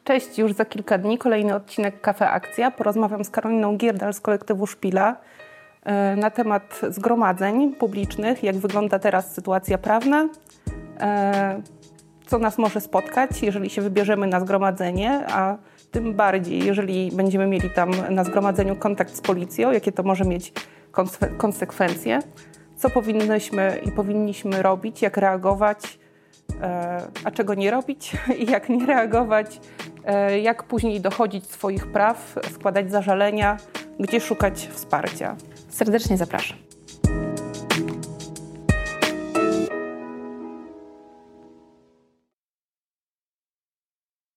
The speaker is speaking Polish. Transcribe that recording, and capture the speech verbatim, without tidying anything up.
Cześć, już za kilka dni kolejny odcinek Cafe Akcja. Porozmawiam z Karoliną Gierdal z kolektywu Szpila na temat zgromadzeń publicznych, jak wygląda teraz sytuacja prawna, co nas może spotkać, jeżeli się wybierzemy na zgromadzenie, a tym bardziej, jeżeli będziemy mieli tam na zgromadzeniu kontakt z policją, jakie to może mieć konsekwencje, co powinnyśmy i powinniśmy robić, jak reagować, a czego nie robić i jak nie reagować, jak później dochodzić swoich praw, składać zażalenia, gdzie szukać wsparcia. Serdecznie zapraszam.